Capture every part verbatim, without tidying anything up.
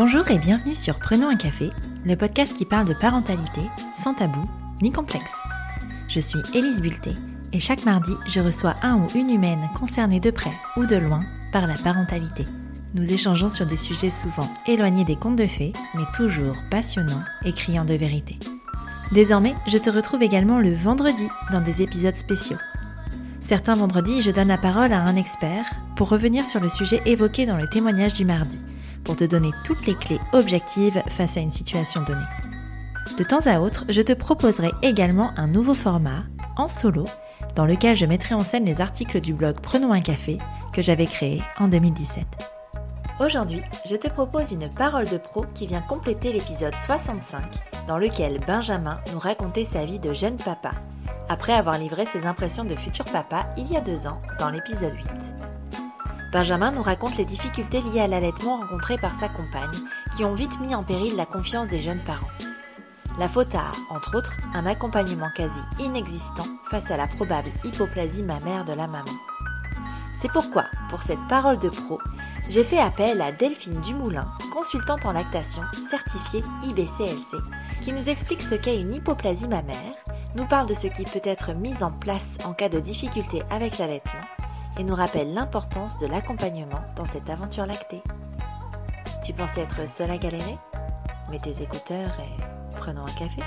Bonjour et bienvenue sur Prenons un café, le podcast qui parle de parentalité sans tabou ni complexe. Je suis Élise Bulté et chaque mardi, je reçois un ou une humaine concernée de près ou de loin par la parentalité. Nous échangeons sur des sujets souvent éloignés des contes de fées, mais toujours passionnants et criants de vérité. Désormais, je te retrouve également le vendredi dans des épisodes spéciaux. Certains vendredis, je donne la parole à un expert pour revenir sur le sujet évoqué dans le témoignage du mardi, pour te donner toutes les clés objectives face à une situation donnée. De temps à autre, je te proposerai également un nouveau format, en solo, dans lequel je mettrai en scène les articles du blog Prenons un café que j'avais créé en deux mille dix-sept. Aujourd'hui, je te propose une parole de pro qui vient compléter l'épisode soixante-cinq, dans lequel Benjamin nous racontait sa vie de jeune papa, après avoir livré ses impressions de futur papa il y a deux ans dans l'épisode huit. Benjamin nous raconte les difficultés liées à l'allaitement rencontrées par sa compagne, qui ont vite mis en péril la confiance des jeunes parents. La faute à, entre autres, un accompagnement quasi inexistant face à la probable hypoplasie mammaire de la maman. C'est pourquoi, pour cette parole de pro, j'ai fait appel à Delphine Dumoulin, consultante en lactation certifiée I B C L C, qui nous explique ce qu'est une hypoplasie mammaire, nous parle de ce qui peut être mis en place en cas de difficulté avec l'allaitement, et nous rappelle l'importance de l'accompagnement dans cette aventure lactée. Tu pensais être seule à galérer ? Mets tes écouteurs et prenons un café.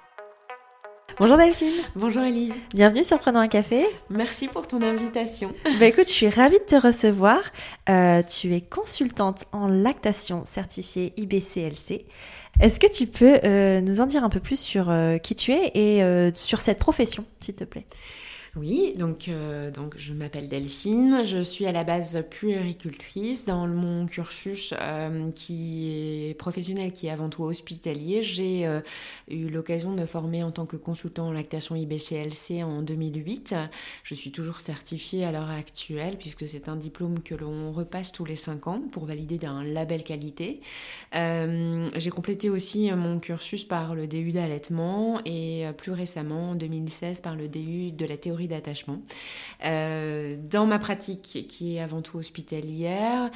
Bonjour Delphine. Bonjour Élise. Bienvenue sur Prenons un café. Merci pour ton invitation. Bah écoute, je suis ravie de te recevoir. Euh, tu es consultante en lactation certifiée I B C L C. Est-ce que tu peux euh, nous en dire un peu plus sur euh, qui tu es et euh, sur cette profession, s'il te plaît ? Oui, donc, euh, donc je m'appelle Delphine, je suis à la base puéricultrice. Dans mon cursus euh, qui est professionnel, qui est avant tout hospitalier, j'ai euh, eu l'occasion de me former en tant que consultant en lactation I B C L C en deux mille huit. Je suis toujours certifiée à l'heure actuelle puisque c'est un diplôme que l'on repasse tous les cinq ans pour valider d'un label qualité. Euh, j'ai complété aussi mon cursus par le D U d'allaitement et plus récemment en deux mille seize par le D U de la théorie d'attachement. Euh, dans ma pratique qui est avant tout hospitalière,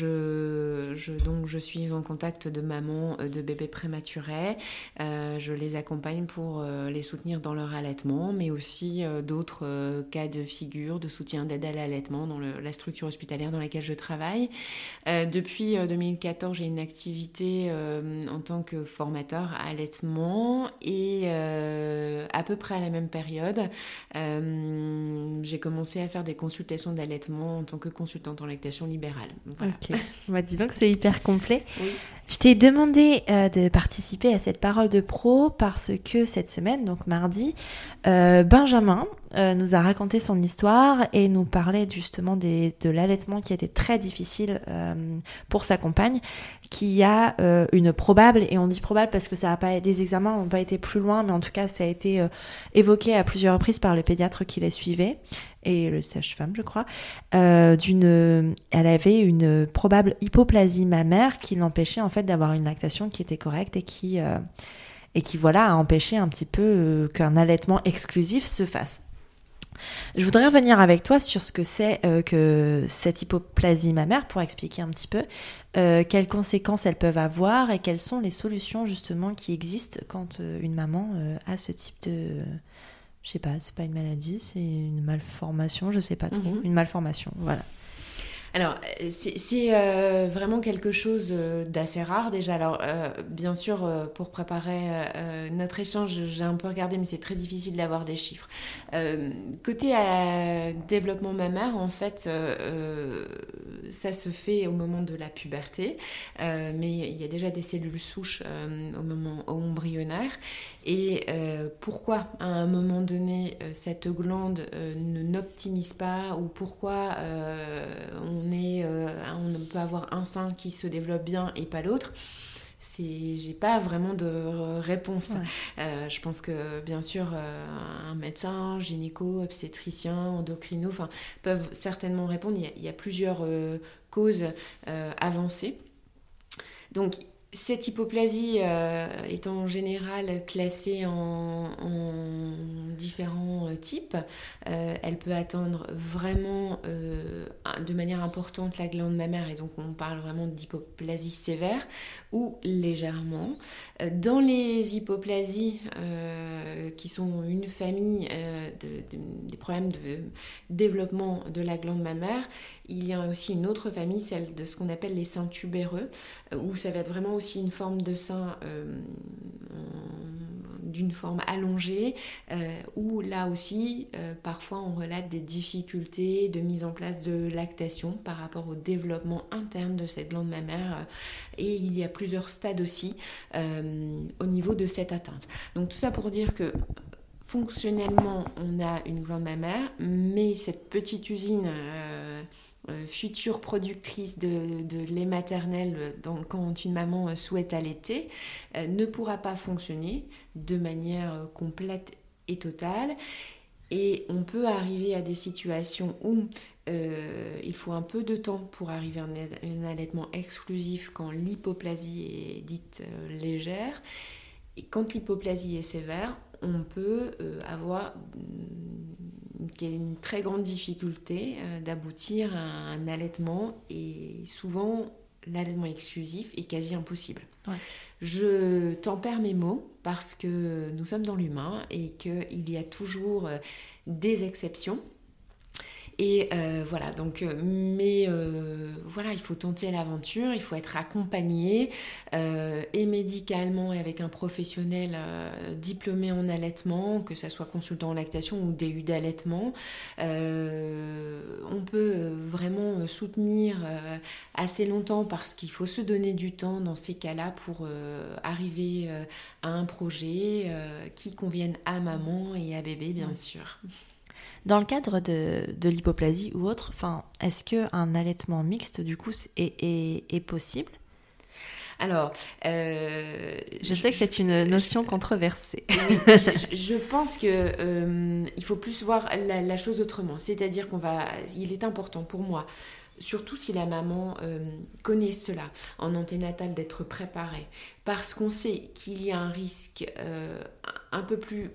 je, je, donc je suis en contact de mamans de bébés prématurés. Euh, je les accompagne pour euh, les soutenir dans leur allaitement, mais aussi euh, d'autres euh, cas de figure de soutien d'aide à l'allaitement dans le, la structure hospitalière dans laquelle je travaille. Euh, depuis euh, deux mille quatorze, j'ai une activité euh, en tant que formateur à allaitement et euh, à peu près à la même période, euh, j'ai commencé à faire des consultations d'allaitement en tant que consultante en lactation libérale. Voilà. Ok, bah, dis donc c'est hyper complet. Oui. Je t'ai demandé euh, de participer à cette parole de pro parce que cette semaine, donc mardi, euh, Benjamin euh, nous a raconté son histoire et nous parlait justement des, de l'allaitement qui était très difficile euh, pour sa compagne, qui a euh, une probable, et on dit probable parce que ça a pas, des examens n'ont pas été plus loin, mais en tout cas ça a été euh, évoqué à plusieurs reprises par le pédiatre qui la suivait et le sage-femme, je crois, euh, d'une, elle avait une probable hypoplasie mammaire qui l'empêchait en fait d'avoir une lactation qui était correcte et qui, euh, et qui voilà, a empêché un petit peu euh, qu'un allaitement exclusif se fasse. Je voudrais revenir avec toi sur ce que c'est euh, que cette hypoplasie mammaire pour expliquer un petit peu euh, quelles conséquences elles peuvent avoir et quelles sont les solutions justement qui existent quand euh, une maman euh, a ce type de... Euh, je sais pas, c'est pas une maladie, c'est une malformation, je sais pas trop, mmh. une malformation, voilà. Alors, c'est, c'est euh, vraiment quelque chose d'assez rare déjà. Alors, euh, bien sûr, euh, pour préparer euh, notre échange, j'ai un peu regardé, mais c'est très difficile d'avoir des chiffres. Euh, côté euh, développement mammaire, en fait, euh, ça se fait au moment de la puberté, euh, mais il y a déjà des cellules souches euh, au moment embryonnaire. Et euh, pourquoi, à un moment donné, euh, cette glande euh, ne, n'optimise pas, ou pourquoi euh, on, est, euh, on peut avoir un sein qui se développe bien et pas l'autre, c'est, j'ai pas vraiment de réponse. Ouais. Euh, je pense que, bien sûr, euh, un médecin, gynéco, obstétricien, endocrino, enfin, peuvent certainement répondre. Il y a, il y a plusieurs euh, causes euh, avancées. Donc, Cette hypoplasie euh, est en général classée en, en différents types. Euh, elle peut atteindre vraiment euh, de manière importante la glande mammaire, et donc on parle vraiment d'hypoplasie sévère ou légèrement. Euh, dans les hypoplasies euh, qui sont une famille euh, de, de, des problèmes de développement de la glande mammaire, il y a aussi une autre famille, celle de ce qu'on appelle les seins tubéreux, où ça va être vraiment aussi une forme de sein euh, d'une forme allongée, euh, où là aussi, euh, parfois on relate des difficultés de mise en place de lactation par rapport au développement interne de cette glande mammaire. Et il y a plusieurs stades aussi euh, au niveau de cette atteinte. Donc tout ça pour dire que fonctionnellement, on a une glande mammaire, mais cette petite usine euh, euh, future productrice de, de lait maternel dans, quand une maman souhaite allaiter euh, ne pourra pas fonctionner de manière complète et totale. Et on peut arriver à des situations où euh, il faut un peu de temps pour arriver à un, un allaitement exclusif quand l'hypoplasie est dite euh, légère. Et quand l'hypoplasie est sévère, on peut euh, avoir une, une très grande difficulté euh, d'aboutir à un allaitement, et souvent l'allaitement exclusif est quasi impossible. Ouais. Je tempère mes mots parce que nous sommes dans l'humain et qu'il y a toujours euh, des exceptions. Et euh, voilà, donc, mais euh, voilà, il faut tenter l'aventure, il faut être accompagné euh, et médicalement et avec un professionnel euh, diplômé en allaitement, que ça soit consultant en lactation ou D U d'allaitement. Euh, on peut vraiment soutenir euh, assez longtemps parce qu'il faut se donner du temps dans ces cas-là pour euh, arriver euh, à un projet euh, qui convienne à maman et à bébé, bien sûr. Dans le cadre de, de l'hypoplasie ou autre, enfin, est-ce qu'un allaitement mixte, du coup, est, est, est possible ? Alors, euh, je sais que c'est une notion je, controversée. Oui, je, je pense que euh, il faut plus voir la, la chose autrement. C'est-à-dire qu'on va, il est important pour moi, surtout si la maman euh, connaît cela en anténatal, d'être préparée, parce qu'on sait qu'il y a un risque euh, un peu plus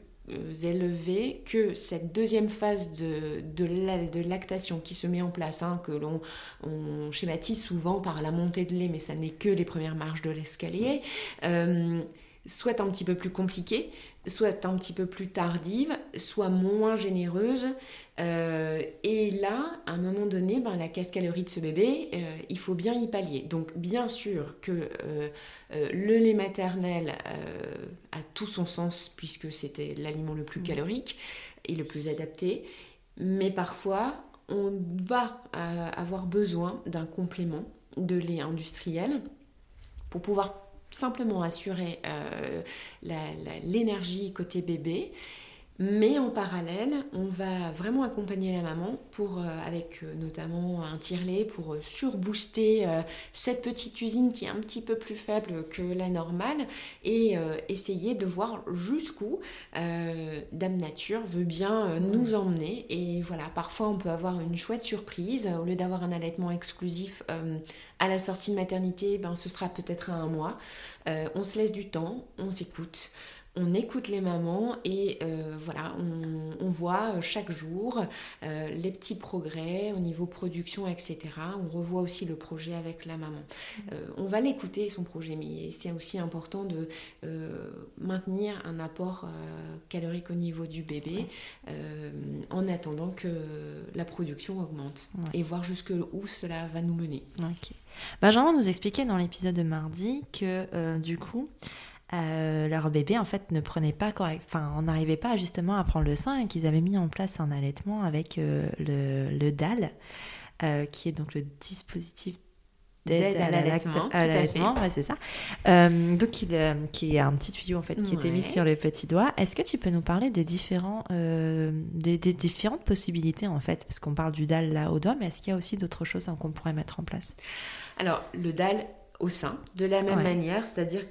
élevé que cette deuxième phase de, de, la, de lactation qui se met en place, hein, que l'on on schématise souvent par la montée de lait, mais ça n'est que les premières marches de l'escalier, euh, soit un petit peu plus compliquée, soit un petit peu plus tardive, soit moins généreuse. Euh, et là, à un moment donné, ben, la casse-calorie de ce bébé, euh, il faut bien y pallier. Donc, bien sûr que euh, euh, le lait maternel euh, a tout son sens, puisque c'était l'aliment le plus calorique et le plus adapté. Mais parfois, on va euh, avoir besoin d'un complément de lait industriel pour pouvoir simplement assurer euh, la, la, l'énergie côté bébé. Mais en parallèle, on va vraiment accompagner la maman pour, euh, avec euh, notamment un tire-lait pour euh, surbooster euh, cette petite usine qui est un petit peu plus faible que la normale, et euh, essayer de voir jusqu'où euh, Dame Nature veut bien euh, nous emmener. Et voilà, parfois on peut avoir une chouette surprise. Au lieu d'avoir un allaitement exclusif euh, à la sortie de maternité, ben, ce sera peut-être à un mois. Euh, on se laisse du temps, on s'écoute. On écoute les mamans et euh, voilà, on, on voit chaque jour euh, les petits progrès au niveau production, et cetera. On revoit aussi le projet avec la maman. Euh, on va l'écouter, son projet, mais c'est aussi important de euh, maintenir un apport euh, calorique au niveau du bébé euh, en attendant que la production augmente, ouais, et voir jusqu'où cela va nous mener. Okay. Benjamin nous expliquait dans l'épisode de mardi que euh, du coup, Euh, leur bébé en fait ne prenait pas correct, enfin on n'arrivait pas justement à prendre le sein, et qu'ils avaient mis en place un allaitement avec euh, le, le D A L, euh, qui est donc le dispositif d'aide, d'aide à, à l'allaitement, à l'allaitement, ouais, c'est ça. Euh, donc il, euh, qui est un petit tuyau en fait qui ouais. était mis sur le petit doigt. Est-ce que tu peux nous parler des différents, euh, des, des différentes possibilités en fait, parce qu'on parle du D A L là au doigt, mais est-ce qu'il y a aussi d'autres choses hein, qu'on pourrait mettre en place? Alors le D A L au sein, de la même ouais. manière, c'est-à-dire que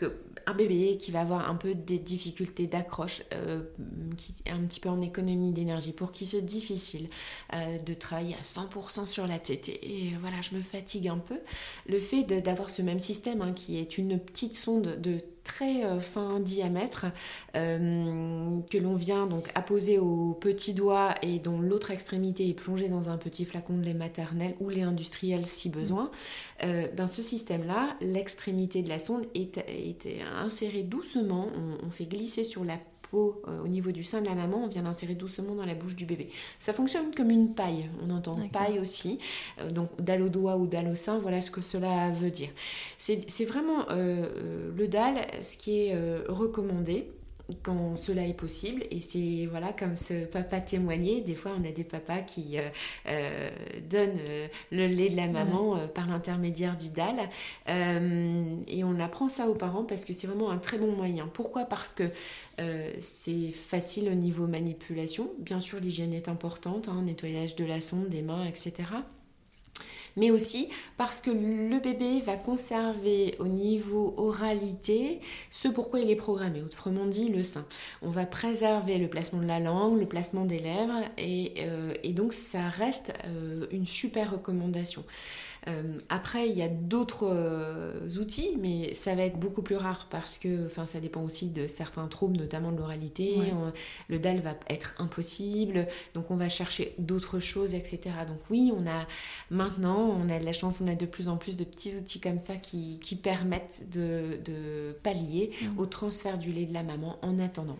un bébé qui va avoir un peu des difficultés d'accroche, euh, qui est un petit peu en économie d'énergie, pour qui c'est difficile euh, de travailler à cent pour cent sur la tétée, et voilà, je me fatigue un peu, le fait de, d'avoir ce même système, hein, qui est une petite sonde de très euh, fin diamètre euh, que l'on vient donc apposer au petit doigt et dont l'autre extrémité est plongée dans un petit flacon de lait maternel ou lait industriel si besoin, euh, ben ce système-là, l'extrémité de la sonde est, est insérée doucement, on, on fait glisser sur la peau euh, au niveau du sein de la maman, on vient l'insérer doucement dans la bouche du bébé. Ça fonctionne comme une paille, on entend D'accord. paille aussi, euh, donc dalle au doigt ou dalle au sein, voilà ce que cela veut dire. C'est, c'est vraiment euh, le D A L, ce qui est euh, recommandé quand cela est possible, et c'est voilà, comme ce papa témoignait, des fois on a des papas qui euh, euh, donnent euh, le lait de la maman euh, par l'intermédiaire du D A L, euh, et on apprend ça aux parents parce que c'est vraiment un très bon moyen. Pourquoi ? Parce que euh, c'est facile au niveau manipulation, bien sûr l'hygiène est importante, hein, nettoyage de la sonde, des mains, et cetera, mais aussi parce que le bébé va conserver au niveau oralité ce pourquoi il est programmé, autrement dit le sein. On va préserver le placement de la langue, le placement des lèvres, et, euh, et donc ça reste euh, une super recommandation. Euh, après, il y a d'autres euh, outils, mais ça va être beaucoup plus rare parce que ça dépend aussi de certains troubles, notamment de l'oralité. Ouais. On, le D A L va être impossible, donc on va chercher d'autres choses, et cetera. Donc oui, on a maintenant, on a de la chance, on a de plus en plus de petits outils comme ça qui, qui permettent de, de pallier mmh. au transfert du lait de la maman en attendant.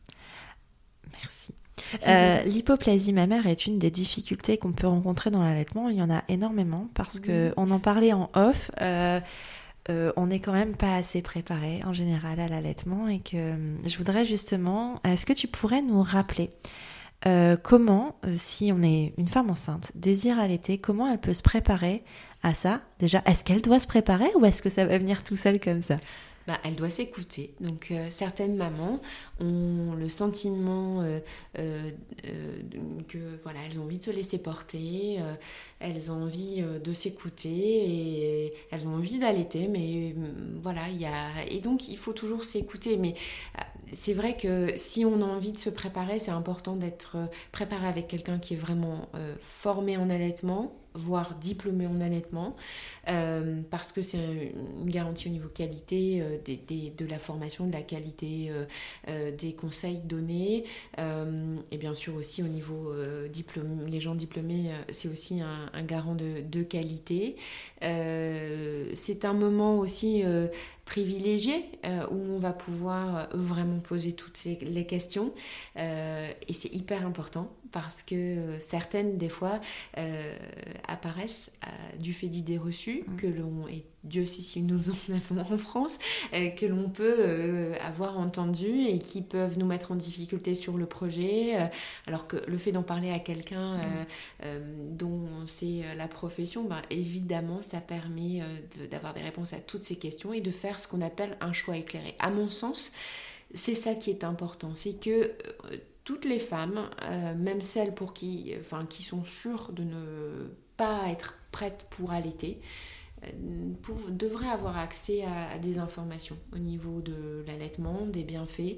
Merci. Euh, l'hypoplasie mammaire est une des difficultés qu'on peut rencontrer dans l'allaitement. Il y en a énormément parce oui. qu'on en parlait en off. Euh, euh, on n'est quand même pas assez préparé en général à l'allaitement, et que euh, je voudrais justement... Est-ce que tu pourrais nous rappeler euh, comment, euh, si on est une femme enceinte, désire allaiter, comment elle peut se préparer à ça ? Déjà, est-ce qu'elle doit se préparer ou est-ce que ça va venir tout seul comme ça ? Bah, elle doit s'écouter. Donc, euh, certaines mamans ont le sentiment euh, euh, euh, que voilà, elles ont envie de se laisser porter, euh, elles ont envie euh, de s'écouter et elles ont envie d'allaiter, mais euh, voilà, il y a et donc il faut toujours s'écouter. Mais euh, c'est vrai que si on a envie de se préparer, c'est important d'être préparé avec quelqu'un qui est vraiment euh, formé en allaitement, voire diplômé en allaitement, euh, parce que c'est une garantie au niveau qualité euh, des, des, de la formation, de la qualité euh, euh, des conseils donnés, euh, et bien sûr aussi au niveau euh, diplôme, les gens diplômés, euh, c'est aussi un, un garant de, de qualité. Euh, c'est un moment aussi euh, privilégié euh, où on va pouvoir vraiment poser toutes ces, les questions, euh, et c'est hyper important parce que euh, certaines des fois euh, apparaissent euh, du fait d'idées reçues mmh. que l'on, et Dieu sait si nous en avons en France, euh, que l'on peut euh, avoir entendues et qui peuvent nous mettre en difficulté sur le projet, euh, alors que le fait d'en parler à quelqu'un euh, mmh. euh, dont c'est la profession, ben, évidemment ça permet euh, de, d'avoir des réponses à toutes ces questions et de faire ce qu'on appelle un choix éclairé. À mon sens, c'est ça qui est important, c'est que euh, toutes les femmes, euh, même celles pour qui, enfin, qui sont sûres de ne pas être prêtes pour allaiter, euh, pour, devraient avoir accès à, à des informations au niveau de l'allaitement, des bienfaits,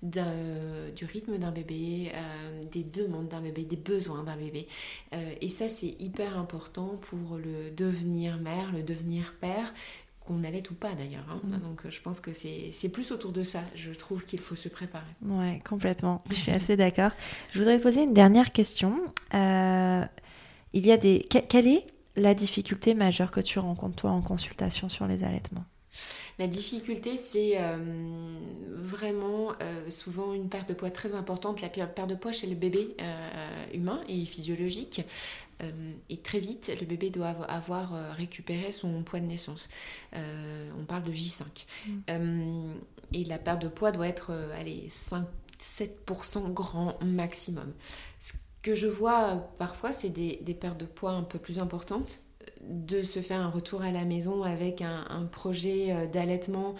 du rythme d'un bébé, euh, des demandes d'un bébé, des besoins d'un bébé. Euh, et ça, c'est hyper important pour le devenir mère, le devenir père, qu'on allaite ou pas d'ailleurs. Hein. Mmh. Donc je pense que c'est, c'est plus autour de ça, je trouve qu'il faut se préparer. Ouais, complètement. Je suis assez d'accord. Je voudrais te poser une dernière question. Euh, il y a des... Que, quelle est la difficulté majeure que tu rencontres toi en consultation sur les allaitements ? La difficulté, c'est euh, vraiment euh, souvent une perte de poids très importante. La perte de poids chez le bébé euh, humain et physiologique. Euh, et très vite, le bébé doit avoir euh, récupéré son poids de naissance. Euh, on parle de J cinq. Mmh. Euh, et la perte de poids doit être euh, allez, cinq à sept pour cent grand maximum. Ce que je vois euh, parfois, c'est des, des pertes de poids un peu plus importantes. de se faire un retour à la maison avec un, un projet d'allaitement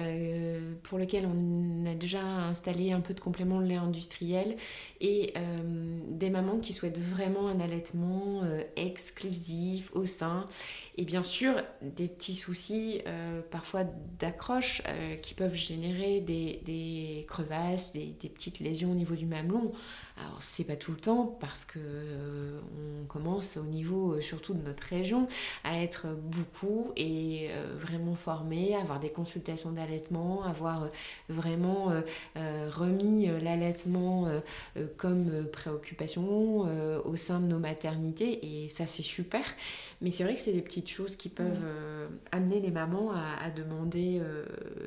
euh, pour lequel on a déjà installé un peu de complément de lait industriel et euh, des mamans qui souhaitent vraiment un allaitement euh, exclusif au sein. Et bien sûr, des petits soucis, euh, parfois d'accroche, euh, qui peuvent générer des, des crevasses, des, des petites lésions au niveau du mamelon. Alors, c'est pas tout le temps parce que euh, on commence au niveau, euh, surtout de notre région, à être beaucoup et euh, vraiment formés, avoir des consultations d'allaitement, avoir euh, vraiment euh, euh, remis euh, l'allaitement euh, euh, comme euh, préoccupation euh, au sein de nos maternités. Et ça, c'est super. Mais c'est vrai que c'est des petites choses qui peuvent euh, amener les mamans à, à demander euh,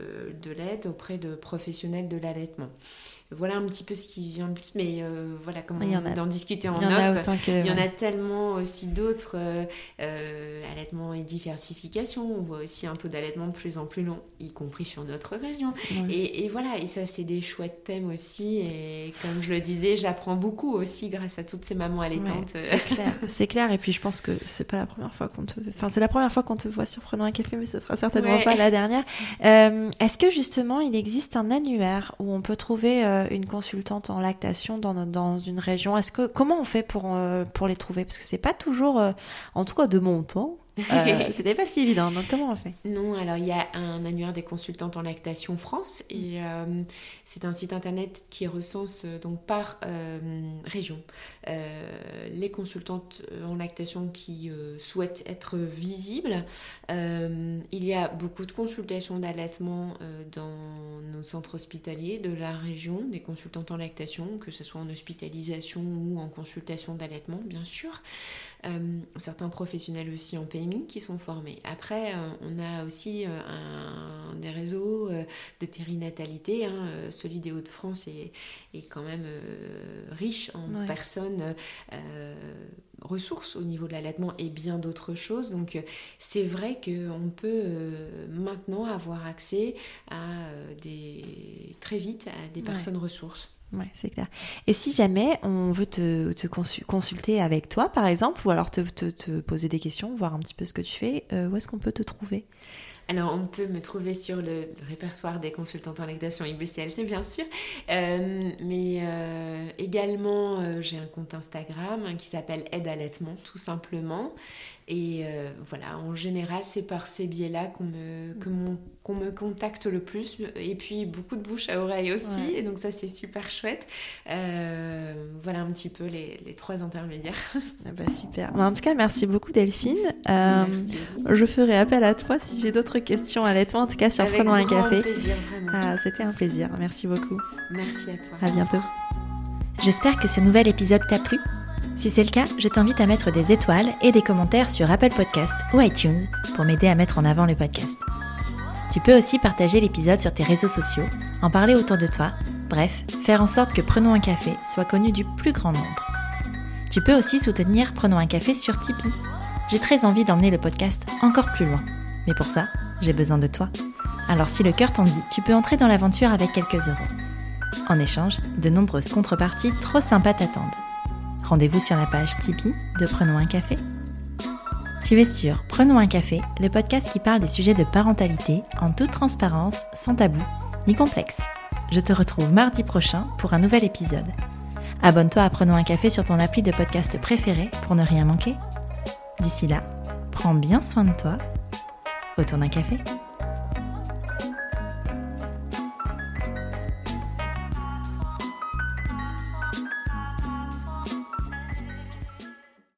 de l'aide auprès de professionnels de l'allaitement. Voilà un petit peu ce qui vient le plus, mais euh, voilà, comme on a, d'en discuter en off, il y en a tellement aussi d'autres, euh, euh, allaitement et diversification, on voit aussi un taux d'allaitement de plus en plus long, y compris sur notre région. Ouais. Et, et voilà, et ça c'est des chouettes thèmes aussi, et comme je le disais, j'apprends beaucoup aussi grâce à toutes ces mamans allaitantes. Ouais, c'est clair, c'est clair, et puis je pense que c'est pas la première fois qu'on te, enfin c'est la première fois qu'on te voit sur Prenons un café, mais ce sera certainement ouais. pas la dernière. Euh, est-ce que justement il existe un annuaire où on peut trouver euh, une consultante en lactation dans, dans une région? Est-ce que, comment on fait pour, euh, pour les trouver? Parce que c'est pas toujours, euh, en tout cas de mon temps, euh, c'était pas si évident. Donc comment on fait? Non, alors il y a un annuaire des consultantes en lactation France et euh, c'est un site internet qui recense euh, donc par euh, région euh, les consultantes en lactation qui euh, souhaitent être visibles. Euh, il y a beaucoup de consultations d'allaitement euh, dans nos centres hospitaliers de la région, des consultantes en lactation, que ce soit en hospitalisation ou en consultation d'allaitement, bien sûr. Euh, certains professionnels aussi en P M I qui sont formés. Après, euh, on a aussi euh, un, des réseaux euh, de périnatalité. Hein, euh, celui des Hauts-de-France est, est quand même euh, riche en ouais. personnes euh, ressources au niveau de l'allaitement et bien d'autres choses. Donc, euh, c'est vrai qu'on peut euh, maintenant avoir accès à euh, des, très vite à des personnes ouais. ressources. Oui, c'est clair. Et si jamais on veut te, te consulter avec toi, par exemple, ou alors te, te, te poser des questions, voir un petit peu ce que tu fais, euh, où est-ce qu'on peut te trouver ? Alors, on peut me trouver sur le répertoire des consultantes en lactation I B C L C, bien sûr. Euh, mais euh, également, euh, j'ai un compte Instagram hein, qui s'appelle Aide Allaitement, tout simplement. Et euh, voilà, en général, c'est par ces biais-là qu'on me, que mon, qu'on me contacte le plus. Et puis, beaucoup de bouche à oreille aussi. Ouais. Et donc, ça, c'est super chouette. Euh, voilà un petit peu les, les trois intermédiaires. Ah bah, super. En tout cas, merci beaucoup, Delphine. Euh, merci. Je ferai appel à toi si j'ai d'autres questions à allaitement. En tout cas, sur Avec Prenons un café. Avec grand plaisir, vraiment. Ah, c'était un plaisir. Merci beaucoup. Merci à toi. À bientôt. J'espère que ce nouvel épisode t'a plu. Si c'est le cas, je t'invite à mettre des étoiles et des commentaires sur Apple Podcasts ou iTunes pour m'aider à mettre en avant le podcast. Tu peux aussi partager l'épisode sur tes réseaux sociaux, en parler autour de toi, bref, faire en sorte que Prenons un café soit connu du plus grand nombre. Tu peux aussi soutenir Prenons un café sur Tipeee. J'ai très envie d'emmener le podcast encore plus loin. Mais pour ça, j'ai besoin de toi. Alors si le cœur t'en dit, tu peux entrer dans l'aventure avec quelques euros. En échange, de nombreuses contreparties trop sympas t'attendent. Rendez-vous sur la page Tipeee de Prenons un café. Tu es sur Prenons un café, le podcast qui parle des sujets de parentalité en toute transparence, sans tabou ni complexe. Je te retrouve mardi prochain pour un nouvel épisode. Abonne-toi à Prenons un café sur ton appli de podcast préféré pour ne rien manquer. D'ici là, prends bien soin de toi autour d'un café.